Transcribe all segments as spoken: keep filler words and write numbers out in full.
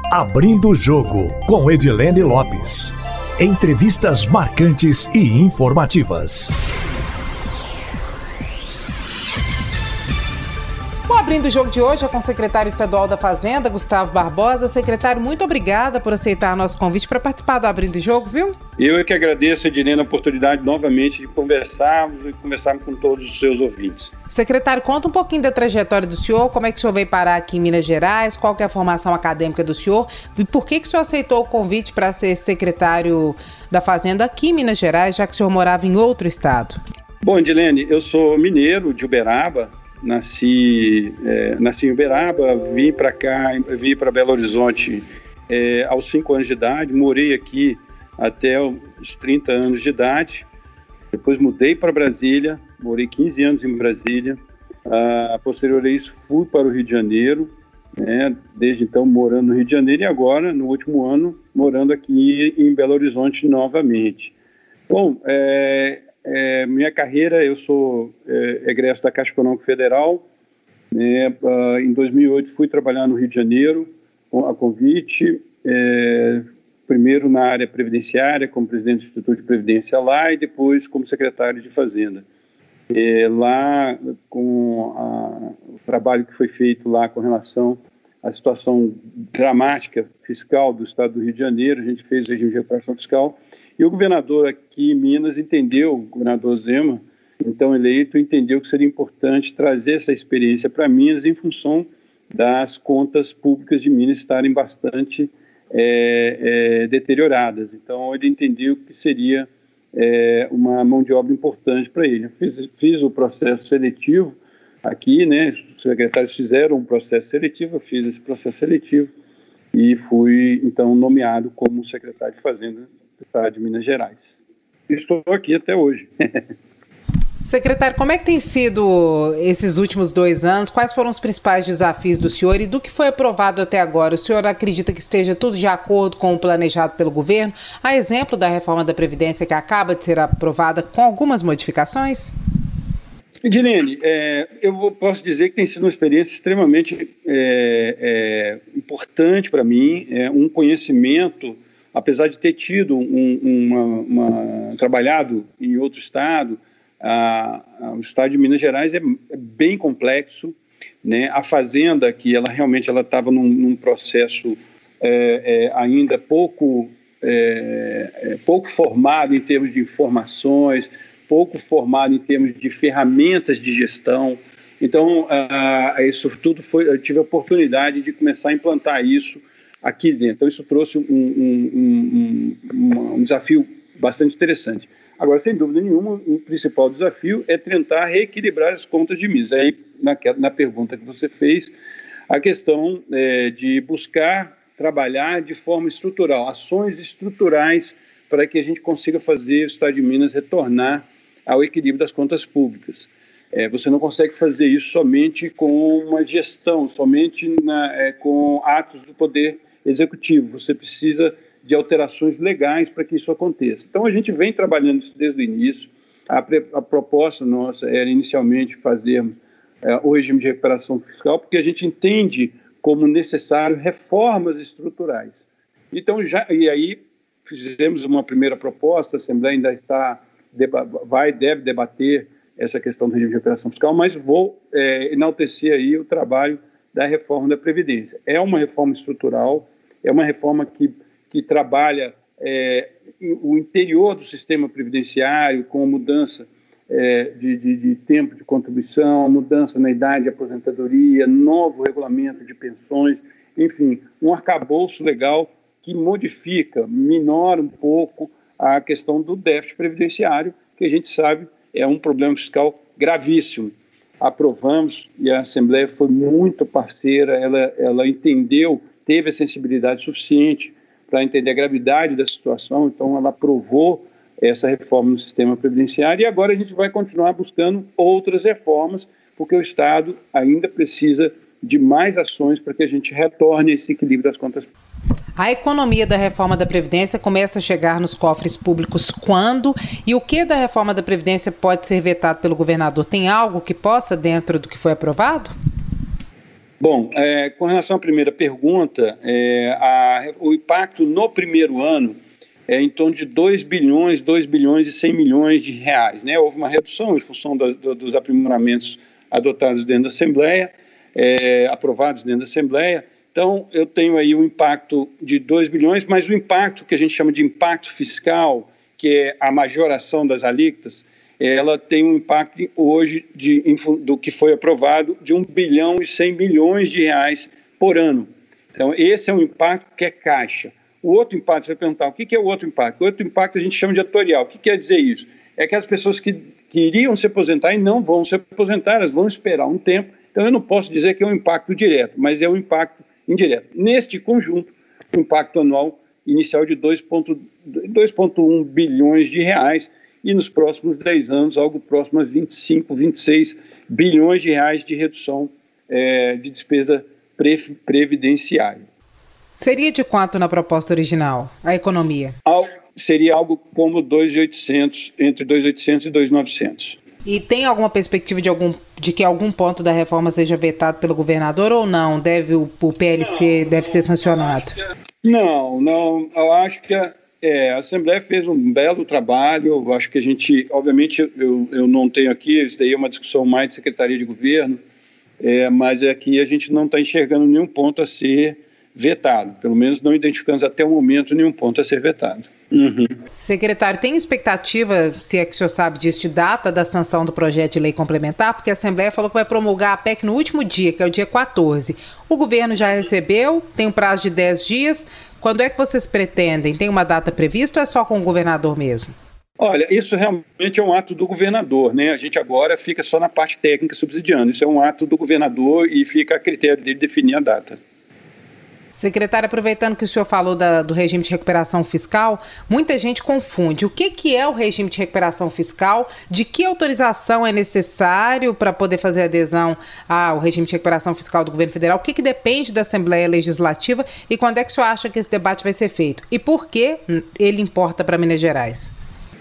Abrindo o Jogo, com Edilene Lopes. Entrevistas marcantes e informativas. O Abrindo o Jogo de hoje é com o secretário estadual da Fazenda, Gustavo Barbosa. Secretário, muito obrigada por aceitar nosso convite para participar do Abrindo o Jogo, viu? Eu é que agradeço, Edilene, a oportunidade novamente de conversarmos e conversarmos com todos os seus ouvintes. Secretário, conta um pouquinho da trajetória do senhor, como é que o senhor veio parar aqui em Minas Gerais, qual que é a formação acadêmica do senhor e por que, que o senhor aceitou o convite para ser secretário da Fazenda aqui em Minas Gerais, já que o senhor morava em outro estado? Bom, Edilene, eu sou mineiro de Uberaba, nasci, é, nasci em Uberaba, vim para cá, vim para Belo Horizonte é, aos cinco anos de idade, morei aqui até os trinta anos de idade, depois mudei para Brasília, morei quinze anos em Brasília, ah, posterior a isso fui para o Rio de Janeiro, né, desde então morando no Rio de Janeiro e agora, no último ano, morando aqui em Belo Horizonte novamente. Bom, é, é, minha carreira, eu sou é, egresso da Caixa Econômica Federal, né, ah, em dois mil e oito fui trabalhar no Rio de Janeiro, a convite, é, primeiro na área previdenciária, como presidente do Instituto de Previdência lá, e depois como secretário de Fazenda. É, lá, com a, o trabalho que foi feito lá com relação à situação dramática fiscal do estado do Rio de Janeiro, a gente fez o regime de recuperação fiscal, e o governador aqui em Minas entendeu, o governador Zema, então eleito, entendeu que seria importante trazer essa experiência para Minas em função das contas públicas de Minas estarem bastante É, é, deterioradas. Então ele entendeu que seria é, uma mão de obra importante para ele. Eu fiz, fiz o processo seletivo aqui, né? Os secretários fizeram um processo seletivo, eu fiz esse processo seletivo e fui então nomeado como secretário de Fazenda do estado de Minas Gerais. Estou aqui até hoje. Secretário, como é que tem sido esses últimos dois anos? Quais foram os principais desafios do senhor e do que foi aprovado até agora? O senhor acredita que esteja tudo de acordo com o planejado pelo governo? A exemplo da reforma da Previdência que acaba de ser aprovada com algumas modificações? Edilene, é, eu posso dizer que tem sido uma experiência extremamente é, é, importante para mim, é, um conhecimento, apesar de ter tido um, uma, uma, trabalhado em outro estado. A, a, o estado de Minas Gerais é, é bem complexo, né? A Fazenda, que ela realmente ela estava num, num processo é, é, ainda pouco, é, é, pouco formado em termos de informações, pouco formado em termos de ferramentas de gestão. Então, a, isso tudo foi, eu tive a oportunidade de começar a implantar isso aqui dentro. Então, isso trouxe um, um, um, um, um desafio bastante interessante. Agora, sem dúvida nenhuma, o principal desafio é tentar reequilibrar as contas de Minas. Aí, na, na pergunta que você fez, a questão é, de buscar trabalhar de forma estrutural, ações estruturais para que a gente consiga fazer o estado de Minas retornar ao equilíbrio das contas públicas. É, você não consegue fazer isso somente com uma gestão, somente na, é, com atos do Poder Executivo. Você precisa de alterações legais para que isso aconteça. Então, a gente vem trabalhando isso desde o início. A, pre, a proposta nossa era inicialmente fazermos é, o regime de recuperação fiscal, porque a gente entende como necessário reformas estruturais. Então, já, e aí fizemos uma primeira proposta, a Assembleia ainda está, vai, deve debater essa questão do regime de recuperação fiscal, mas vou é, enaltecer aí o trabalho da reforma da Previdência. É uma reforma estrutural, é uma reforma que que trabalha é, o interior do sistema previdenciário com a mudança é, de, de, de tempo de contribuição, mudança na idade de aposentadoria, novo regulamento de pensões, enfim, um arcabouço legal que modifica, minora um pouco a questão do déficit previdenciário, que a gente sabe é um problema fiscal gravíssimo. Aprovamos e a Assembleia foi muito parceira, ela, ela entendeu, teve a sensibilidade suficiente para entender a gravidade da situação, então ela aprovou essa reforma no sistema previdenciário e agora a gente vai continuar buscando outras reformas, porque o Estado ainda precisa de mais ações para que a gente retorne a esse equilíbrio das contas públicas. A economia da reforma da Previdência começa a chegar nos cofres públicos quando? E o que da reforma da Previdência pode ser vetado pelo governador? Tem algo que possa dentro do que foi aprovado? Bom, é, com relação à primeira pergunta, é, a, o impacto no primeiro ano é em torno de dois bilhões, dois bilhões e cem milhões de reais. Né? Houve uma redução em função do, do, dos aprimoramentos adotados dentro da Assembleia, é, aprovados dentro da Assembleia. Então, eu tenho aí um impacto de dois bilhões, mas o impacto que a gente chama de impacto fiscal, que é a majoração das alíquotas, ela tem um impacto hoje de, do que foi aprovado de um bilhão e cem milhões de reais por ano. Então, esse é um impacto que é caixa. O outro impacto, você vai perguntar, o que é o outro impacto? O outro impacto a gente chama de atorial. O que quer dizer isso? É que as pessoas que queriam se aposentar e não vão se aposentar, elas vão esperar um tempo. Então, eu não posso dizer que é um impacto direto, mas é um impacto indireto. Neste conjunto, o impacto anual inicial de dois vírgula um bilhões de reais e nos próximos dez anos, algo próximo a vinte e cinco, vinte e seis bilhões de reais de redução é, de despesa pre previdenciária. Seria de quanto na proposta original, a economia? Algo, seria algo como dois mil e oitocentos, entre dois mil e oitocentos e dois mil e novecentos. E tem alguma perspectiva de, algum, de que algum ponto da reforma seja vetado pelo governador ou não? Deve, o, o P L C não, deve ser sancionado? Não, não. Eu acho que a, é, a Assembleia fez um belo trabalho. Eu acho que a gente, obviamente, eu, eu não tenho aqui, isso daí é uma discussão mais de Secretaria de Governo, é, mas aqui a gente não está enxergando nenhum ponto a ser vetado. Pelo menos não identificamos até o momento nenhum ponto a ser vetado. Uhum. Secretário, tem expectativa, se é que o senhor sabe disso, de data da sanção do projeto de lei complementar? Porque a Assembleia falou que vai promulgar a P E C no último dia, que é o dia quatorze. O governo já recebeu, tem um prazo de dez dias. Quando é que vocês pretendem? Tem uma data prevista ou é só com o governador mesmo? Olha, isso realmente é um ato do governador, né? A gente agora fica só na parte técnica subsidiando. Isso é um ato do governador e fica a critério dele definir a data. Secretário, aproveitando que o senhor falou da, do regime de recuperação fiscal, muita gente confunde. O que, que é o regime de recuperação fiscal? De que autorização é necessário para poder fazer adesão ao regime de recuperação fiscal do governo federal? O que, que depende da Assembleia Legislativa? E quando é que o senhor acha que esse debate vai ser feito? E por que ele importa para Minas Gerais?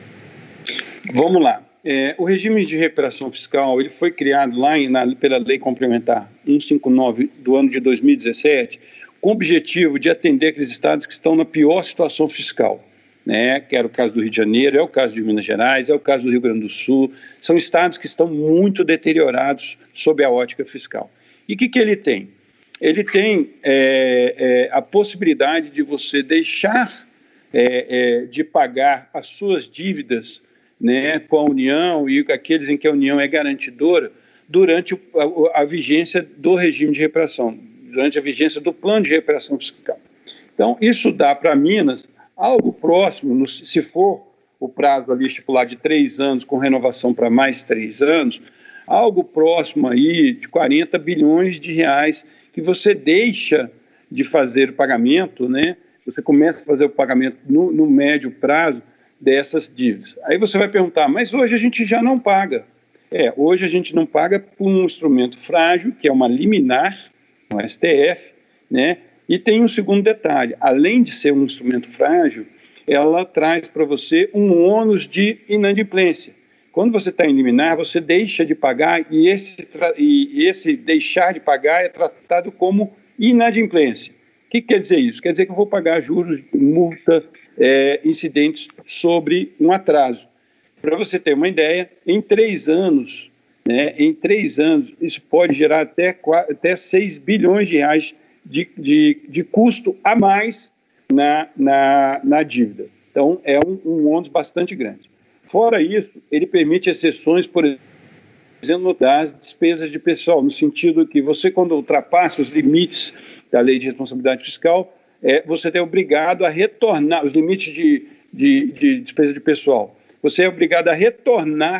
Vamos lá. É, o regime de recuperação fiscal ele foi criado lá em, na, pela Lei Complementar cento e cinquenta e nove do ano de dois mil e dezessete, com o objetivo de atender aqueles estados que estão na pior situação fiscal, né? Que era o caso do Rio de Janeiro, é o caso de Minas Gerais, é o caso do Rio Grande do Sul, são estados que estão muito deteriorados sob a ótica fiscal. E o que, que ele tem? Ele tem é, é, a possibilidade de você deixar é, é, de pagar as suas dívidas, né, com a União e aqueles em que a União é garantidora durante o, a, a vigência do regime de recuperação, durante a vigência do plano de recuperação fiscal. Então, isso dá para Minas algo próximo, no, se for o prazo ali estipulado de três anos, com renovação para mais três anos, algo próximo aí de quarenta bilhões de reais que você deixa de fazer o pagamento, né? Você começa a fazer o pagamento no, no médio prazo dessas dívidas. Aí você vai perguntar, mas hoje a gente já não paga. É, hoje a gente não paga por um instrumento frágil, que é uma liminar, no S T F, né? E tem um segundo detalhe, além de ser um instrumento frágil, ela traz para você um ônus de inadimplência. Quando você está em liminar, você deixa de pagar e esse, e esse deixar de pagar é tratado como inadimplência. O que quer dizer isso? Quer dizer que eu vou pagar juros, multa, é, incidentes sobre um atraso. Para você ter uma ideia, em três anos, né, em três anos, isso pode gerar até, até seis bilhões de reais de, de, de custo a mais na, na, na dívida. Então, é um, um ônus bastante grande. Fora isso, ele permite exceções, por exemplo, das despesas de pessoal, no sentido que você, quando ultrapassa os limites da Lei de Responsabilidade Fiscal, é, você é obrigado a retornar, os limites de, de, de despesa de pessoal, você é obrigado a retornar,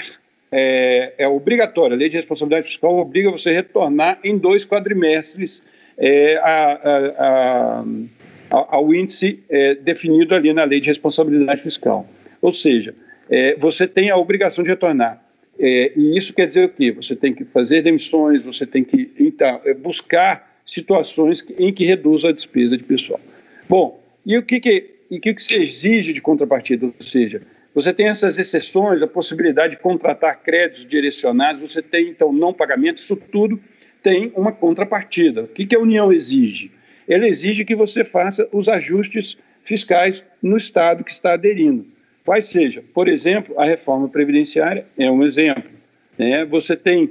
é, é obrigatório, a Lei de Responsabilidade Fiscal obriga você a retornar em dois quadrimestres é, a, a, a, ao índice é, definido ali na Lei de Responsabilidade Fiscal. Ou seja, é, você tem a obrigação de retornar. É, e isso quer dizer o quê? Você tem que fazer demissões, você tem que então, buscar situações em que reduza a despesa de pessoal. Bom, e o que, que, e o que, que se exige de contrapartida? Ou seja, você tem essas exceções, a possibilidade de contratar créditos direcionados, você tem, então, não pagamento, isso tudo tem uma contrapartida. O que, que a União exige? Ela exige que você faça os ajustes fiscais no Estado que está aderindo. Quais seja, por exemplo, a reforma previdenciária é um exemplo. Né? Você tem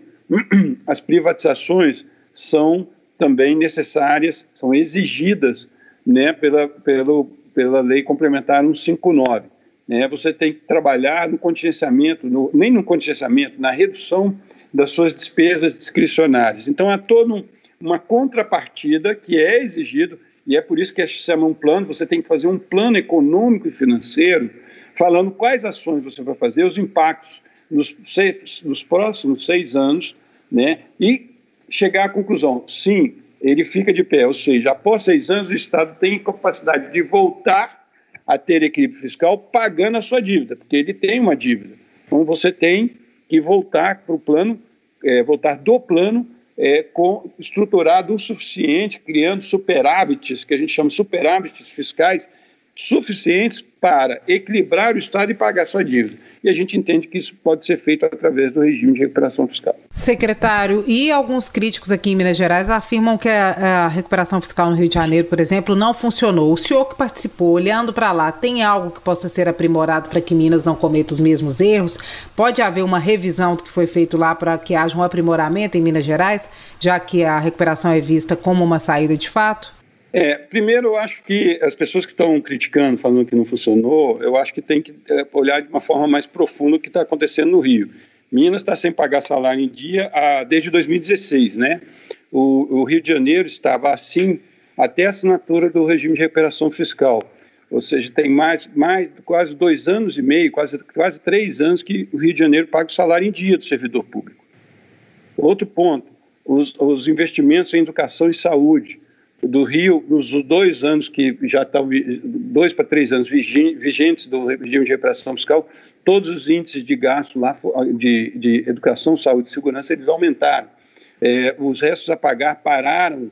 as privatizações são também necessárias, são exigidas, né, pela, pela, pela Lei Complementar cento e cinquenta e nove. Né? Você tem que trabalhar no contingenciamento, no, nem no contingenciamento, na redução das suas despesas discricionárias. Então, há toda um, uma contrapartida que é exigido, e é por isso que se chama um plano. Você tem que fazer um plano econômico e financeiro, falando quais ações você vai fazer, os impactos nos, seis, nos próximos seis anos, né? E chegar à conclusão, sim, ele fica de pé, ou seja, após seis anos o Estado tem capacidade de voltar a ter equilíbrio fiscal pagando a sua dívida, porque ele tem uma dívida. Então você tem que voltar para o plano, é, voltar do plano é, com, estruturado o suficiente, criando superávites, que a gente chama de superávites fiscais, suficientes para equilibrar o Estado e pagar a sua dívida. E a gente entende que isso pode ser feito através do regime de recuperação fiscal. Secretário, e alguns críticos aqui em Minas Gerais afirmam que a, a recuperação fiscal no Rio de Janeiro, por exemplo, não funcionou. O senhor que participou, olhando para lá, tem algo que possa ser aprimorado para que Minas não cometa os mesmos erros? Pode haver uma revisão do que foi feito lá para que haja um aprimoramento em Minas Gerais, já que a recuperação é vista como uma saída de fato? É, primeiro, eu acho que as pessoas que estão criticando, falando que não funcionou, eu acho que tem que é, olhar de uma forma mais profunda o que está acontecendo no Rio. Minas está sem pagar salário em dia há, desde dois mil e dezesseis, né? O, o Rio de Janeiro estava assim até a assinatura do regime de recuperação fiscal. Ou seja, tem mais, mais quase dois anos e meio, quase, quase três anos que o Rio de Janeiro paga o salário em dia do servidor público. Outro ponto, os, os investimentos em educação e saúde do Rio, nos dois anos que já estão, dois para três anos vigentes do regime de recuperação fiscal, todos os índices de gasto lá de, de educação, saúde e segurança, eles aumentaram. É, os restos a pagar pararam,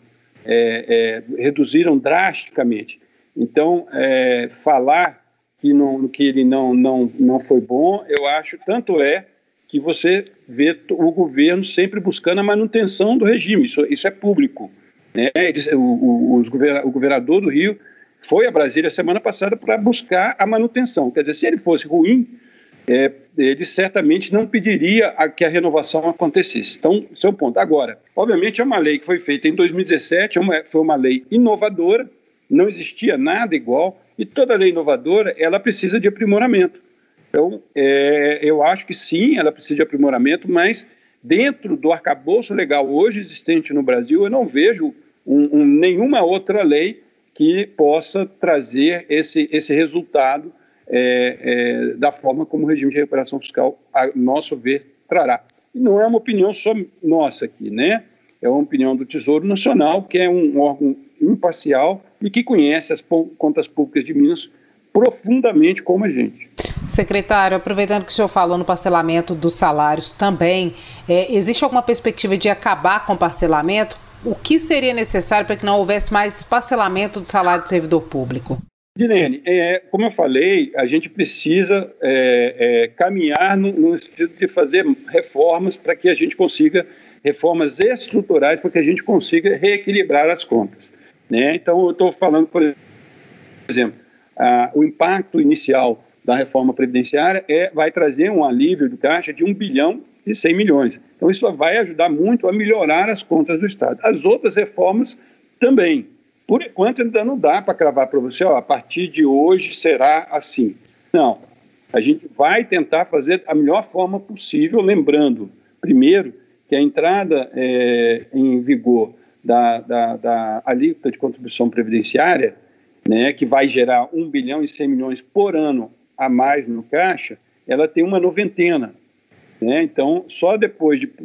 é, é, reduziram drasticamente. Então, é, falar que, não, que ele não, não, não foi bom, eu acho, tanto é que você vê o governo sempre buscando a manutenção do regime, isso, isso é público. Né? Eles, o, o, o governador do Rio foi a Brasília semana passada para buscar a manutenção. Quer dizer, se ele fosse ruim, é, ele certamente não pediria a, que a renovação acontecesse. Então, esse é o ponto. Agora, obviamente, é uma lei que foi feita em dois mil e dezessete, é uma, foi uma lei inovadora, não existia nada igual, e toda lei inovadora, ela precisa de aprimoramento. Então, é, eu acho que sim, ela precisa de aprimoramento, mas dentro do arcabouço legal hoje existente no Brasil, eu não vejo Um, um, nenhuma outra lei que possa trazer esse, esse resultado é, é, da forma como o regime de recuperação fiscal, a nosso ver, trará. E não é uma opinião só nossa aqui, né? É uma opinião do Tesouro Nacional, que é um órgão imparcial e que conhece as contas públicas de Minas profundamente como a gente. Secretário, aproveitando que o senhor falou no parcelamento dos salários também, é, existe alguma perspectiva de acabar com o parcelamento? O que seria necessário para que não houvesse mais parcelamento do salário do servidor público? Dilene, é, como eu falei, a gente precisa é, é, caminhar no, no sentido de fazer reformas para que a gente consiga, reformas estruturais para que a gente consiga reequilibrar as contas. Né? Então, eu estou falando, por exemplo, a, o impacto inicial da reforma previdenciária é, vai trazer um alívio do caixa de um bilhão e cem milhões. Então, isso vai ajudar muito a melhorar as contas do Estado. As outras reformas também. Por enquanto, ainda não dá para cravar para você, ó, a partir de hoje será assim. Não. A gente vai tentar fazer a melhor forma possível, lembrando, primeiro, que a entrada é, em vigor da, da, da alíquota de contribuição previdenciária, né, que vai gerar um bilhão e cem milhões por ano a mais no caixa, ela tem uma noventena. Né? Então, só depois de,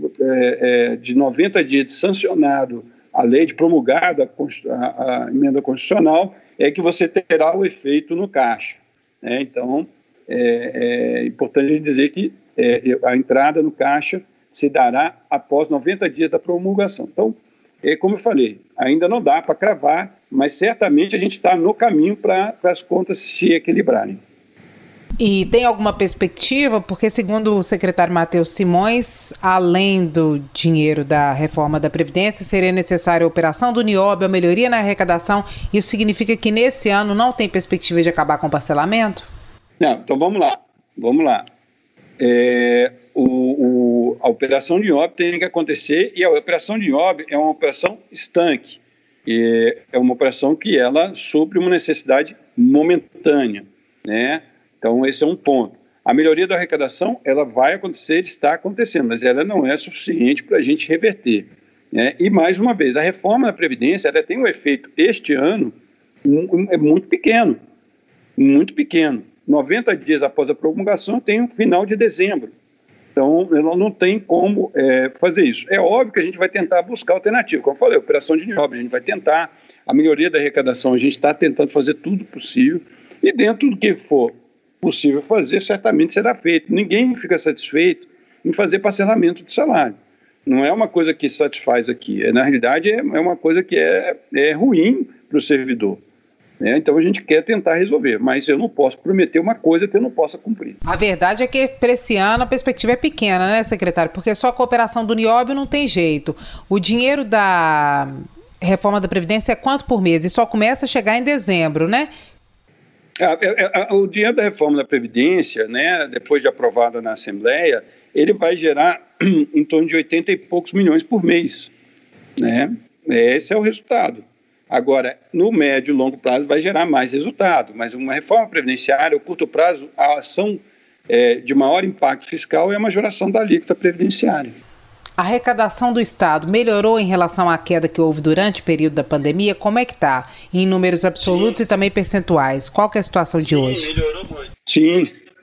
é, de noventa dias de sancionado a lei, de promulgada a, a emenda constitucional, é que você terá o efeito no caixa. Né? Então, é, é importante dizer que é, a entrada no caixa se dará após noventa dias da promulgação. Então, é, como eu falei, ainda não dá para cravar, mas certamente a gente está no caminho para as contas se equilibrarem. E tem alguma perspectiva? Porque, segundo o secretário Matheus Simões, além do dinheiro da reforma da Previdência, seria necessária a operação do Nióbio, a melhoria na arrecadação. Isso significa que nesse ano não tem perspectiva de acabar com o parcelamento? Não, então vamos lá. Vamos lá. É, o, o, a operação de Nióbio tem que acontecer, e a operação de Nióbio é uma operação estanque. E é uma operação que ela supre uma necessidade momentânea, né? Então, esse é um ponto. A melhoria da arrecadação, ela vai acontecer, está acontecendo, mas ela não é suficiente para a gente reverter, né? E, mais uma vez, a reforma da Previdência, ela tem um efeito, este ano, um, um, é muito pequeno, muito pequeno. noventa dias após a promulgação, tem o final de dezembro. Então, ela não tem como é, fazer isso. É óbvio que a gente vai tentar buscar alternativa. Como eu falei, a operação de Nióbio, a gente vai tentar. A melhoria da arrecadação, a gente está tentando fazer tudo possível. E dentro do que for possível fazer, certamente será feito. Ninguém fica satisfeito em fazer parcelamento de salário. Não é uma coisa que satisfaz aqui. É, na realidade, é, é uma coisa que é, é ruim para o servidor. É, então a gente quer tentar resolver, mas eu não posso prometer uma coisa que eu não possa cumprir. A verdade é que para esse ano a perspectiva é pequena, né, secretário? Porque só a cooperação do Nióbio não tem jeito. O dinheiro da reforma da Previdência é quanto por mês? E só começa a chegar em dezembro, né? É, é, é, o dinheiro da reforma da Previdência, né, depois de aprovada na Assembleia, ele vai gerar em torno de oitenta e poucos milhões por mês, né? Esse é o resultado. Agora, no médio e longo prazo vai gerar mais resultado, mas uma reforma previdenciária, o curto prazo, a ação é, de maior impacto fiscal é a majoração da alíquota previdenciária. A arrecadação do Estado melhorou em relação à queda que houve durante o período da pandemia? Como é que está? Em números absolutos Sim. e também percentuais. Qual que é a situação Sim, de hoje? Sim, melhorou muito. Sim,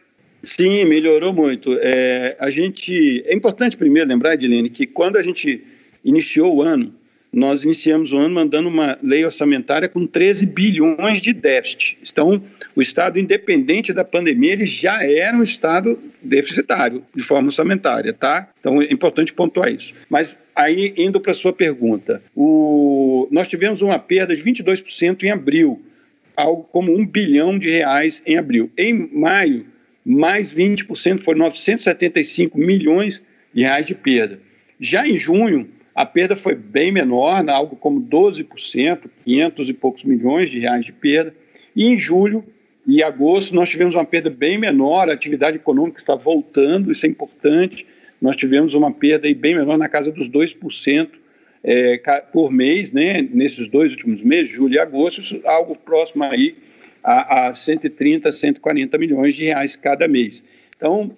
Sim, melhorou muito. É, a gente, é importante primeiro lembrar, Edilene, que quando a gente iniciou o ano, nós iniciamos o ano mandando uma lei orçamentária com treze bilhões de déficit. Então, o Estado, independente da pandemia, ele já era um Estado deficitário, de forma orçamentária, tá? Então, é importante pontuar isso. Mas, aí, indo para a sua pergunta, o... nós tivemos uma perda de vinte e dois por cento em abril, algo como um bilhão de reais em abril. Em maio, mais vinte por cento, foram novecentos e setenta e cinco milhões de reais de perda. Já em junho, a perda foi bem menor, algo como doze por cento, quinhentos e poucos milhões de reais de perda. E em julho e agosto nós tivemos uma perda bem menor, a atividade econômica está voltando, isso é importante. Nós tivemos uma perda aí bem menor, na casa dos dois por cento é, por mês, né, nesses dois últimos meses, julho e agosto, isso, algo próximo aí a, a cento e trinta, cento e quarenta milhões de reais cada mês. Então,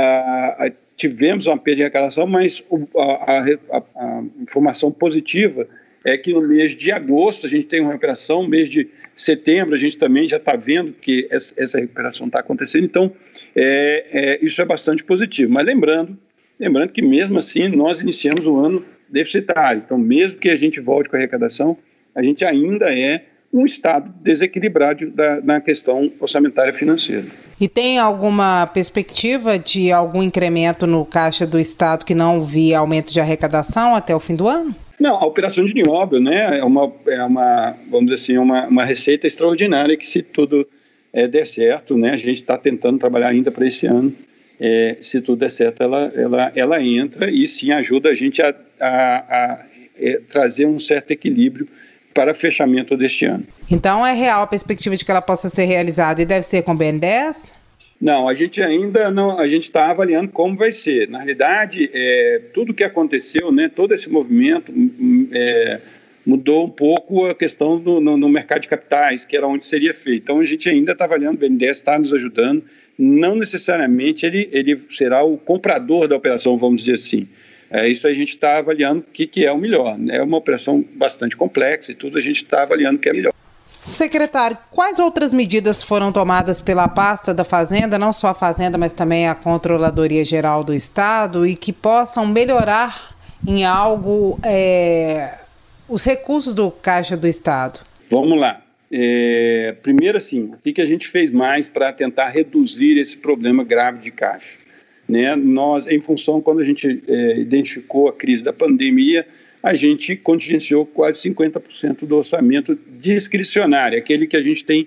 a, a tivemos uma perda de arrecadação, mas a, a, a informação positiva é que no mês de agosto a gente tem uma recuperação, no mês de setembro a gente também já está vendo que essa, essa recuperação está acontecendo, então é, é, isso é bastante positivo. Mas lembrando, lembrando que mesmo assim nós iniciamos o ano deficitário, então mesmo que a gente volte com a arrecadação, a gente ainda é um estado desequilibrado da, na questão orçamentária financeira. E tem alguma perspectiva de algum incremento no caixa do Estado que não via aumento de arrecadação até o fim do ano? Não, a operação de Nióbio, né, é uma, é uma, vamos dizer assim, uma, uma receita extraordinária que, se tudo é, der certo, né, a gente está tentando trabalhar ainda para esse ano, é, se tudo der certo, ela, ela, ela entra e sim ajuda a gente a, a, a é, trazer um certo equilíbrio para fechamento deste ano. Então, é real a perspectiva de que ela possa ser realizada e deve ser com o B N dez? Não, a gente ainda não, a gente está avaliando como vai ser. Na realidade, é, tudo que aconteceu, né, todo esse movimento é, mudou um pouco a questão do, no, no mercado de capitais, que era onde seria feito. Então, a gente ainda está avaliando, o B N dez está nos ajudando. Não necessariamente ele, ele será o comprador da operação, vamos dizer assim. É, isso a gente está avaliando o que, que é o melhor. É uma operação bastante complexa e tudo a gente está avaliando o que é melhor. Secretário, quais outras medidas foram tomadas pela pasta da Fazenda, não só a Fazenda, mas também a Controladoria Geral do Estado, e que possam melhorar em algo é, os recursos do Caixa do Estado? Vamos lá. É, primeiro, assim, o que, que a gente fez mais para tentar reduzir esse problema grave de caixa? Né, nós, em função, quando a gente é, identificou a crise da pandemia, a gente contingenciou quase cinquenta por cento do orçamento discricionário, aquele que a gente tem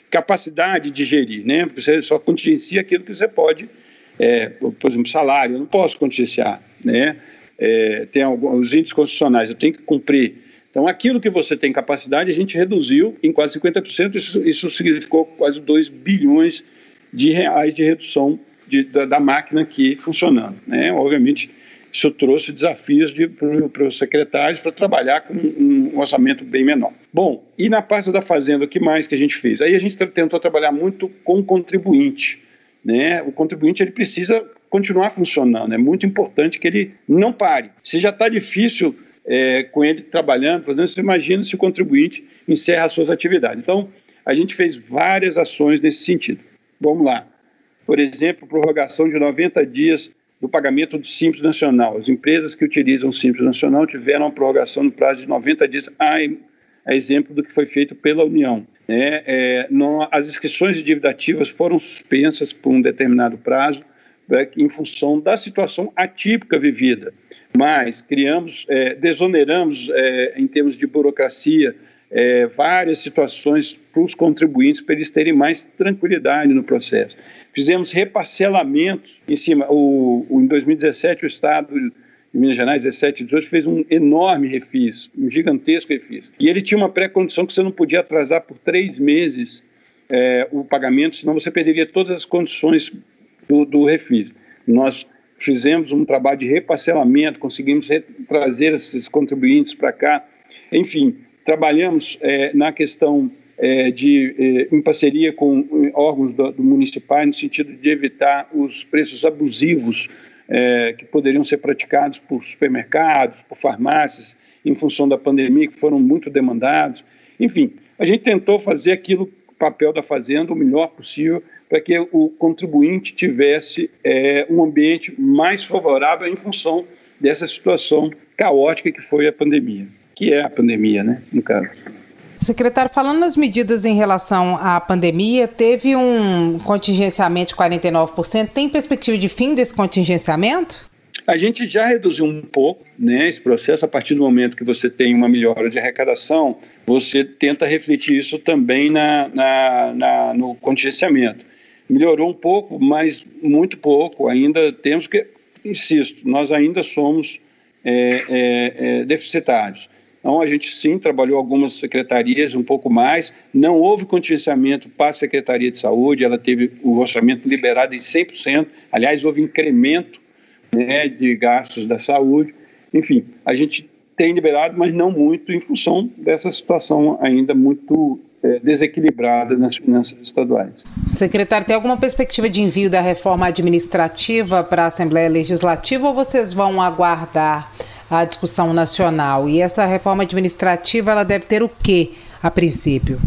capacidade de gerir, né? Porque você só contingencia aquilo que você pode, é, por exemplo, salário, eu não posso contingenciar, né? É, tem alguns índices constitucionais, eu tenho que cumprir. Então, aquilo que você tem capacidade, a gente reduziu em quase cinquenta por cento, isso, isso significou quase dois bilhões de reais de redução de, da, da máquina aqui funcionando, né? Obviamente, isso trouxe desafios para os secretários para trabalhar com um, um orçamento bem menor. Bom, e na pasta da Fazenda, o que mais que a gente fez? Aí a gente tentou trabalhar muito com o contribuinte, né? O contribuinte ele precisa continuar funcionando, é muito importante que ele não pare. Se já está difícil é, com ele trabalhando, fazendo, você imagina se o contribuinte encerra as suas atividades. Então, a gente fez várias ações nesse sentido. Vamos lá. Por exemplo, prorrogação de noventa dias do pagamento do Simples Nacional. As empresas que utilizam o Simples Nacional tiveram uma prorrogação no prazo de noventa dias, a, a exemplo do que foi feito pela União. É, é, não, as inscrições de dívida ativas foram suspensas por um determinado prazo, é, em função da situação atípica vivida. Mas criamos, é, desoneramos, é, em termos de burocracia, é, várias situações para os contribuintes, para eles terem mais tranquilidade no processo. Fizemos reparcelamentos em cima. O, o, em dois mil e dezessete, o Estado de Minas Gerais, dezessete e dezoito, fez um enorme refis, um gigantesco refis. E ele tinha uma pré-condição que você não podia atrasar por três meses é, o pagamento, senão você perderia todas as condições do, do refis. Nós fizemos um trabalho de reparcelamento, conseguimos trazer esses contribuintes para cá. Enfim, trabalhamos é, na questão É, de, é, em parceria com órgãos do, do municipais, no sentido de evitar os preços abusivos é, que poderiam ser praticados por supermercados, por farmácias, em função da pandemia, que foram muito demandados. Enfim, a gente tentou fazer aquilo, o papel da Fazenda, o melhor possível, para que o contribuinte tivesse é, um ambiente mais favorável em função dessa situação caótica que foi a pandemia, que é a pandemia, né, no caso. Secretário, falando nas medidas em relação à pandemia, teve um contingenciamento de quarenta e nove por cento. Tem perspectiva de fim desse contingenciamento? A gente já reduziu um pouco, né, esse processo. A partir do momento que você tem uma melhora de arrecadação, você tenta refletir isso também na, na, na, no contingenciamento. Melhorou um pouco, mas muito pouco. Ainda temos que, insisto, nós ainda somos é, é, é, deficitários. Então, a gente, sim, trabalhou algumas secretarias um pouco mais, não houve contingenciamento para a Secretaria de Saúde, ela teve o orçamento liberado em cem por cento, aliás, houve incremento, né, de gastos da saúde. Enfim, a gente tem liberado, mas não muito, em função dessa situação ainda muito é, desequilibrada nas finanças estaduais. Secretário, tem alguma perspectiva de envio da reforma administrativa para a Assembleia Legislativa ou vocês vão aguardar a discussão nacional? E essa reforma administrativa, ela deve ter o quê, a princípio?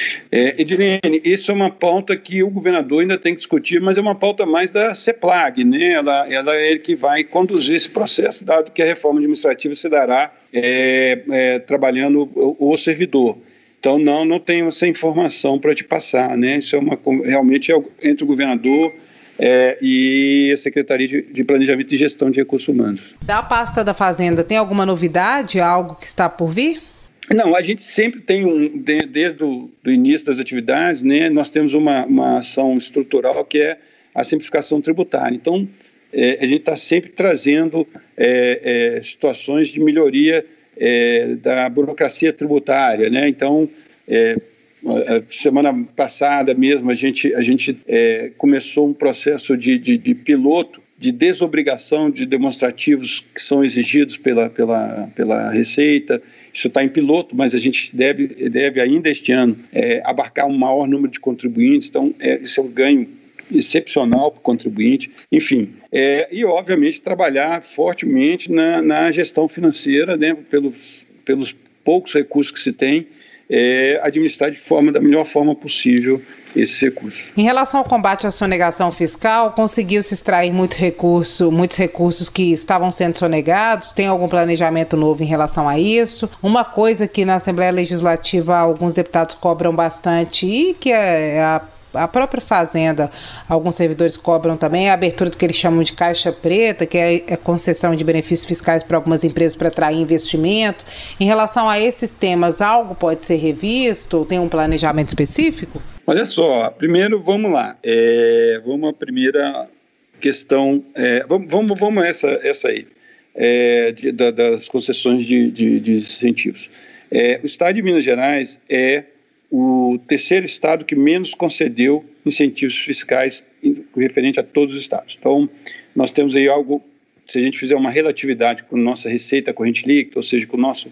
É, Edilene, isso é uma pauta que o governador ainda tem que discutir, mas é uma pauta mais da CEPLAG, né? Ela, ela é ele que vai conduzir esse processo, dado que a reforma administrativa se dará é, é, trabalhando o, o servidor. Então, não, não tenho essa informação para te passar, né? Isso é uma, realmente é entre o governador É, e a Secretaria de, de Planejamento e Gestão de Recursos Humanos. Da pasta da Fazenda, tem alguma novidade, algo que está por vir? Não, a gente sempre tem, um, de, desde o do início das atividades, né, nós temos uma, uma ação estrutural que é a simplificação tributária. Então, é, a gente está sempre trazendo é, é, situações de melhoria é, da burocracia tributária, né? Então, é, a semana passada mesmo a gente, a gente é, começou um processo de, de, de piloto, de desobrigação de demonstrativos que são exigidos pela, pela, pela Receita. Isso está em piloto, mas a gente deve, deve ainda este ano é, abarcar um maior número de contribuintes, então é, isso é um ganho excepcional para o contribuinte. Enfim, é, e obviamente trabalhar fortemente na, na gestão financeira, né, pelos, pelos poucos recursos que se tem, É, administrar de forma, da melhor forma possível esses recursos. Em relação ao combate à sonegação fiscal, conseguiu-se extrair muito recurso, muitos recursos que estavam sendo sonegados? Tem algum planejamento novo em relação a isso? Uma coisa que na Assembleia Legislativa alguns deputados cobram bastante e que é a a própria Fazenda, alguns servidores cobram também a abertura do que eles chamam de caixa preta, que é a concessão de benefícios fiscais para algumas empresas para atrair investimento. Em relação a esses temas, algo pode ser revisto ou tem um planejamento específico? Olha só, primeiro vamos lá, é, vamos à primeira questão, é, vamos, vamos, vamos essa, essa aí, é, de, da, das concessões de, de, de incentivos. É, o estado de Minas Gerais é o terceiro estado que menos concedeu incentivos fiscais referente a todos os estados. Então, nós temos aí algo, se a gente fizer uma relatividade com nossa receita corrente líquida, ou seja, com o nosso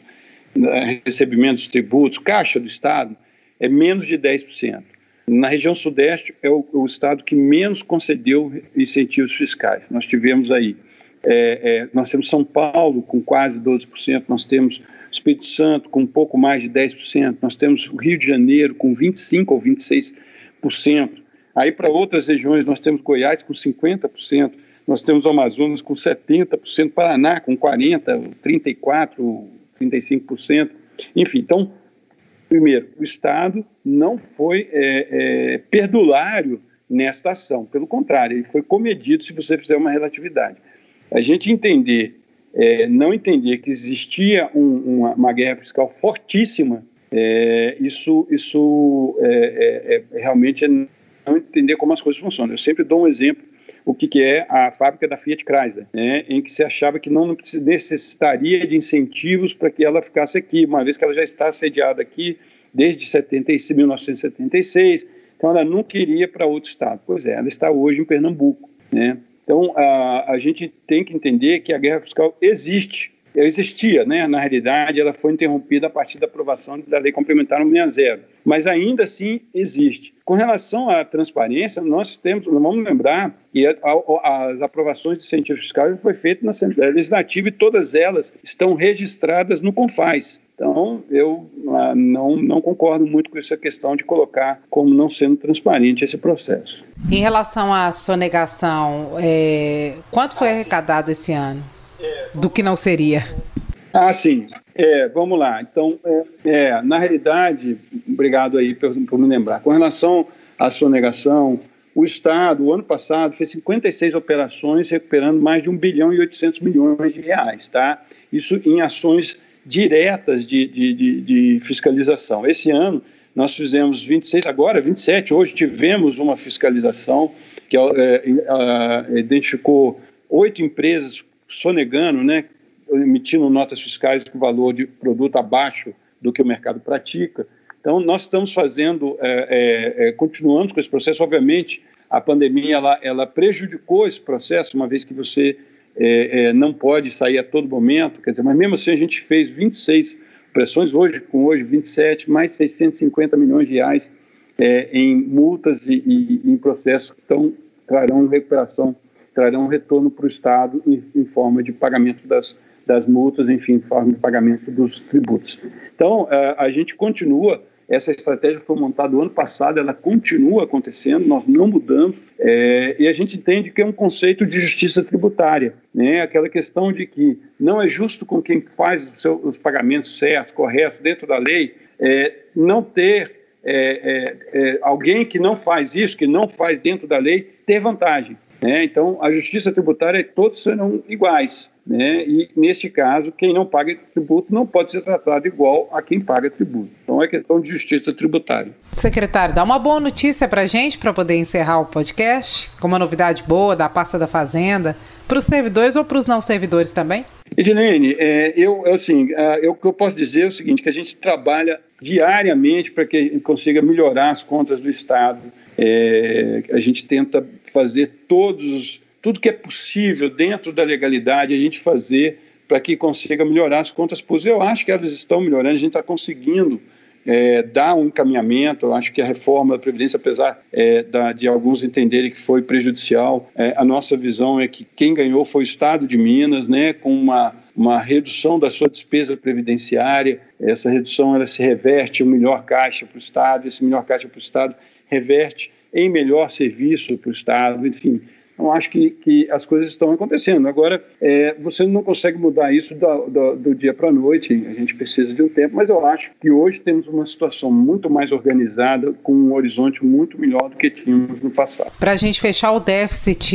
uh, recebimento dos tributos, caixa do estado, é menos de dez por cento. Na região sudeste é o, o estado que menos concedeu incentivos fiscais. Nós tivemos aí, é, é, nós temos São Paulo com quase doze por cento, nós temos Espírito Santo com um pouco mais de dez por cento, nós temos o Rio de Janeiro com vinte e cinco por cento ou vinte e seis por cento. Aí para outras regiões nós temos Goiás com cinquenta por cento, nós temos o Amazonas com setenta por cento, Paraná com quarenta por cento, trinta e quatro por cento, trinta e cinco por cento. Enfim, então, primeiro, o Estado não foi é, é, perdulário nesta ação, pelo contrário, ele foi comedido se você fizer uma relatividade. A gente entender, é, não entender que existia um, uma, uma guerra fiscal fortíssima, é, isso, isso é, é, é, realmente é não entender como as coisas funcionam. Eu sempre dou um exemplo, o que, que é a fábrica da Fiat Chrysler, né, em que se achava que não necessitaria de incentivos para que ela ficasse aqui, uma vez que ela já está sediada aqui desde mil novecentos e setenta e seis, então ela não queria para outro estado. Pois é, ela está hoje em Pernambuco, né? Então a, a gente tem que entender que a guerra fiscal existe, ela existia, né? Na realidade ela foi interrompida a partir da aprovação da Lei Complementar cento e sessenta e zero, mas ainda assim existe. Com relação à transparência, nós temos, vamos lembrar que a, a, as aprovações de incentivos fiscais foi feita na Assembleia Legislativa e todas elas estão registradas no CONFAS. Então, eu ah, não, não concordo muito com essa questão de colocar como não sendo transparente esse processo. Em relação à sonegação, é, quanto foi arrecadado esse ano? Do que não seria? Ah, sim. É, vamos lá. Então, é, é, na realidade, obrigado aí por, por me lembrar. Com relação à sonegação, o Estado, o ano passado, fez cinquenta e seis operações recuperando mais de um bilhão e oitocentos milhões de reais, tá? Isso em ações diretas de, de, de, de fiscalização. Esse ano, nós fizemos vinte e seis, agora vinte e sete, hoje tivemos uma fiscalização que é, é, identificou oito empresas sonegando, né, emitindo notas fiscais com valor de produto abaixo do que o mercado pratica. Então, nós estamos fazendo, é, é, continuamos com esse processo. Obviamente, a pandemia ela, ela prejudicou esse processo, uma vez que você é, é, não pode sair a todo momento, quer dizer, mas mesmo assim a gente fez vinte e seis operações, hoje, com hoje vinte e sete, mais de seiscentos e cinquenta milhões de reais é, em multas e, e em processos que estão, trarão recuperação, trarão retorno para o Estado em, em forma de pagamento das, das multas, enfim, em forma de pagamento dos tributos. Então, a, a gente continua, essa estratégia foi montada no ano passado, ela continua acontecendo, nós não mudamos, é, e a gente entende que é um conceito de justiça tributária, né? Aquela questão de que não é justo com quem faz os, seus, os pagamentos certos, corretos, dentro da lei, é, não ter é, é, é, alguém que não faz isso, que não faz dentro da lei, ter vantagem. Né? Então, a justiça tributária, todos serão iguais, né? E, neste caso, quem não paga tributo não pode ser tratado igual a quem paga tributo. Então, é questão de justiça tributária. Secretário, dá uma boa notícia para a gente, para poder encerrar o podcast, com uma novidade boa da pasta da Fazenda, para os servidores ou para os não servidores também? Edilene, é, eu, assim, eu, o que eu posso dizer é o seguinte, que a gente trabalha diariamente para que a gente consiga melhorar as contas do Estado. É, a gente tenta fazer todos, tudo que é possível dentro da legalidade, a gente fazer para que consiga melhorar as contas públicas. Eu acho que elas estão melhorando, a gente está conseguindo é, dar um encaminhamento. Eu acho que a reforma da Previdência, apesar é, da, de alguns entenderem que foi prejudicial, é, a nossa visão é que quem ganhou foi o Estado de Minas, né, com uma, uma redução da sua despesa previdenciária. Essa redução ela se reverte em um melhor caixa para o Estado, esse melhor caixa para o Estado reverte em melhor serviço para o Estado, enfim. Então, acho que, que as coisas estão acontecendo. Agora, é, você não consegue mudar isso do, do, do dia para a noite, a gente precisa de um tempo, mas eu acho que hoje temos uma situação muito mais organizada, com um horizonte muito melhor do que tínhamos no passado. Para a gente fechar, o déficit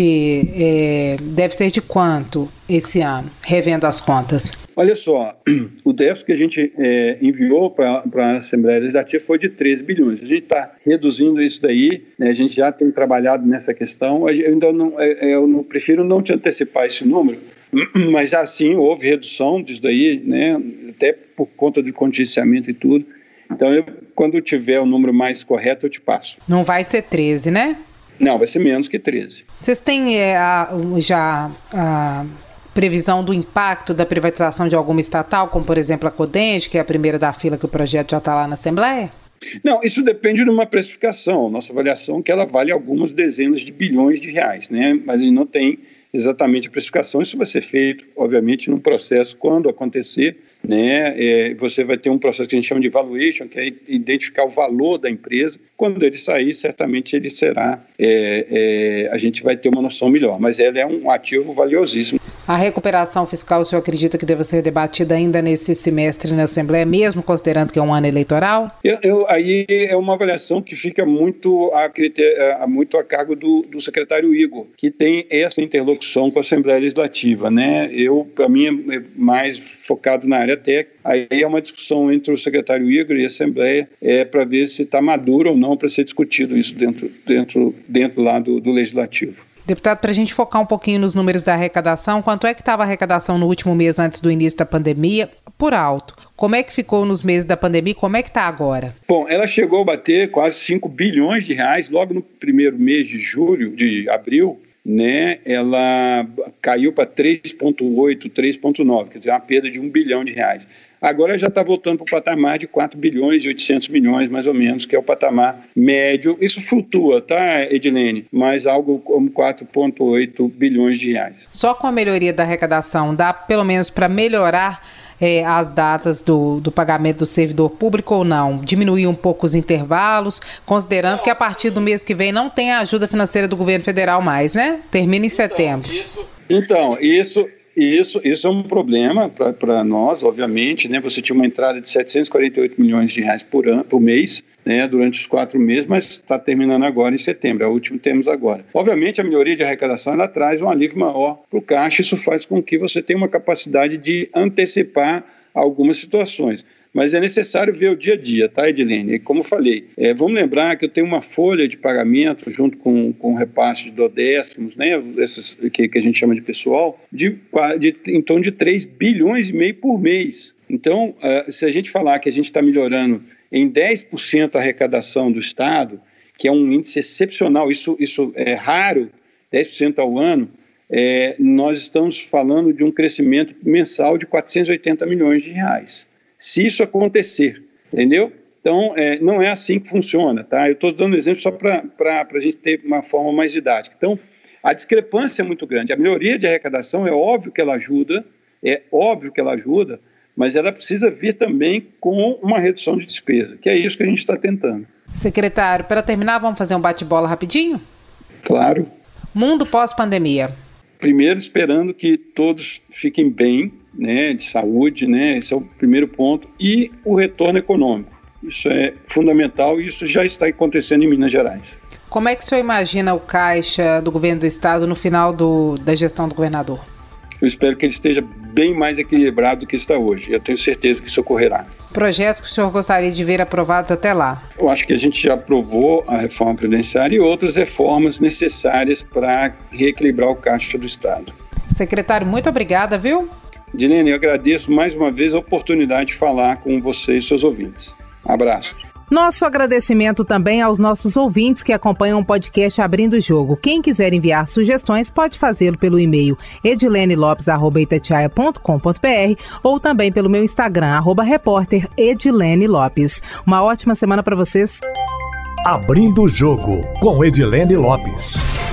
é, deve ser de quanto esse ano, revendo as contas? Olha só, o déficit que a gente é, enviou para a Assembleia Legislativa foi de treze bilhões. A gente está reduzindo isso daí, né, a gente já tem trabalhado nessa questão. Eu ainda não, eu não prefiro não te antecipar esse número, mas assim houve redução disso daí, né, até por conta do contingenciamento e tudo. Então, eu, quando tiver o número mais correto, eu te passo. Não vai ser treze, né? Não, vai ser menos que treze. Vocês têm é, a, já a previsão do impacto da privatização de alguma estatal, como, por exemplo, a Codente, que é a primeira da fila que o projeto já está lá na Assembleia? Não, isso depende de uma precificação. Nossa avaliação é que ela vale algumas dezenas de bilhões de reais, né? Mas a gente não tem exatamente a precificação. Isso vai ser feito, obviamente, num processo, quando acontecer, né? É, você vai ter um processo que a gente chama de valuation, que é identificar o valor da empresa. Quando ele sair, certamente ele será, é, é, a gente vai ter uma noção melhor, mas ela é um ativo valiosíssimo. A recuperação fiscal, o senhor acredita que deve ser debatida ainda nesse semestre na Assembleia, mesmo considerando que é um ano eleitoral? Eu, eu, aí é uma avaliação que fica muito a, a, muito a cargo do, do secretário Igor, que tem essa interlocução com a Assembleia Legislativa, né? Eu, para mim, é mais focado na área técnica. Aí é uma discussão entre o secretário Igor e a Assembleia é, para ver se está maduro ou não para ser discutido isso dentro, dentro, dentro lá do, do Legislativo. Deputado, para a gente focar um pouquinho nos números da arrecadação, quanto é que estava a arrecadação no último mês antes do início da pandemia, por alto? Como é que ficou nos meses da pandemia e como é que está agora? Bom, ela chegou a bater quase cinco bilhões de reais logo no primeiro mês de julho, de abril, né? Ela caiu para três vírgula oito, três vírgula nove, quer dizer, uma perda de um bilhão de reais. Agora já está voltando para o patamar de quatro bilhões e oitocentos milhões, mais ou menos, que é o patamar médio. Isso flutua, tá, Edilene? Mas algo como quatro vírgula oito bilhões de reais. Só com a melhoria da arrecadação, dá pelo menos para melhorar é, as datas do, do pagamento do servidor público ou não? Diminuir um pouco os intervalos, considerando que a partir do mês que vem não tem a ajuda financeira do governo federal mais, né? Termina em setembro. Então, isso... Isso, isso é um problema para nós, obviamente, né? Você tinha uma entrada de setecentos e quarenta e oito milhões de reais por, ano, por mês, né? Durante os quatro meses, mas está terminando agora em setembro, é o último que temos agora. Obviamente, a melhoria de arrecadação ela traz um alívio maior para o caixa, isso faz com que você tenha uma capacidade de antecipar algumas situações. Mas é necessário ver o dia a dia, tá, Edilene? Como eu falei, é, vamos lembrar que eu tenho uma folha de pagamento junto com, com o repasse de dodécimos, né, esses que, que a gente chama de pessoal, de, de, em torno de três bilhões e meio por mês. Então, uh, se a gente falar que a gente está melhorando em dez por cento a arrecadação do Estado, que é um índice excepcional, isso, isso é raro, dez por cento ao ano, é, nós estamos falando de um crescimento mensal de quatrocentos e oitenta milhões de reais. Se isso acontecer, entendeu? Então, é, não é assim que funciona, tá? Eu estou dando exemplo só para a gente ter uma forma mais didática. Então, a discrepância é muito grande. A melhoria de arrecadação é óbvio que ela ajuda, é óbvio que ela ajuda, mas ela precisa vir também com uma redução de despesa, que é isso que a gente está tentando. Secretário, para terminar, vamos fazer um bate-bola rapidinho? Claro. Mundo pós-pandemia. Primeiro, esperando que todos fiquem bem, né, de saúde, né, esse é o primeiro ponto, e o retorno econômico. Isso é fundamental e isso já está acontecendo em Minas Gerais. Como é que o senhor imagina o caixa do governo do estado no final do, da gestão do governador? Eu espero que ele esteja bem mais equilibrado do que está hoje. Eu tenho certeza que isso ocorrerá. Projetos que o senhor gostaria de ver aprovados até lá? Eu acho que a gente já aprovou a reforma previdenciária e outras reformas necessárias para reequilibrar o caixa do estado. Secretário, muito obrigada, viu? Dilene, eu agradeço mais uma vez a oportunidade de falar com você e seus ouvintes. Abraço. Nosso agradecimento também aos nossos ouvintes que acompanham o podcast Abrindo o Jogo. Quem quiser enviar sugestões pode fazê-lo pelo e-mail edilene lopes arroba itatiaia ponto com ponto br ou também pelo meu Instagram, arroba repórter Edilene Lopes. Uma ótima semana para vocês. Abrindo o Jogo com Edilene Lopes.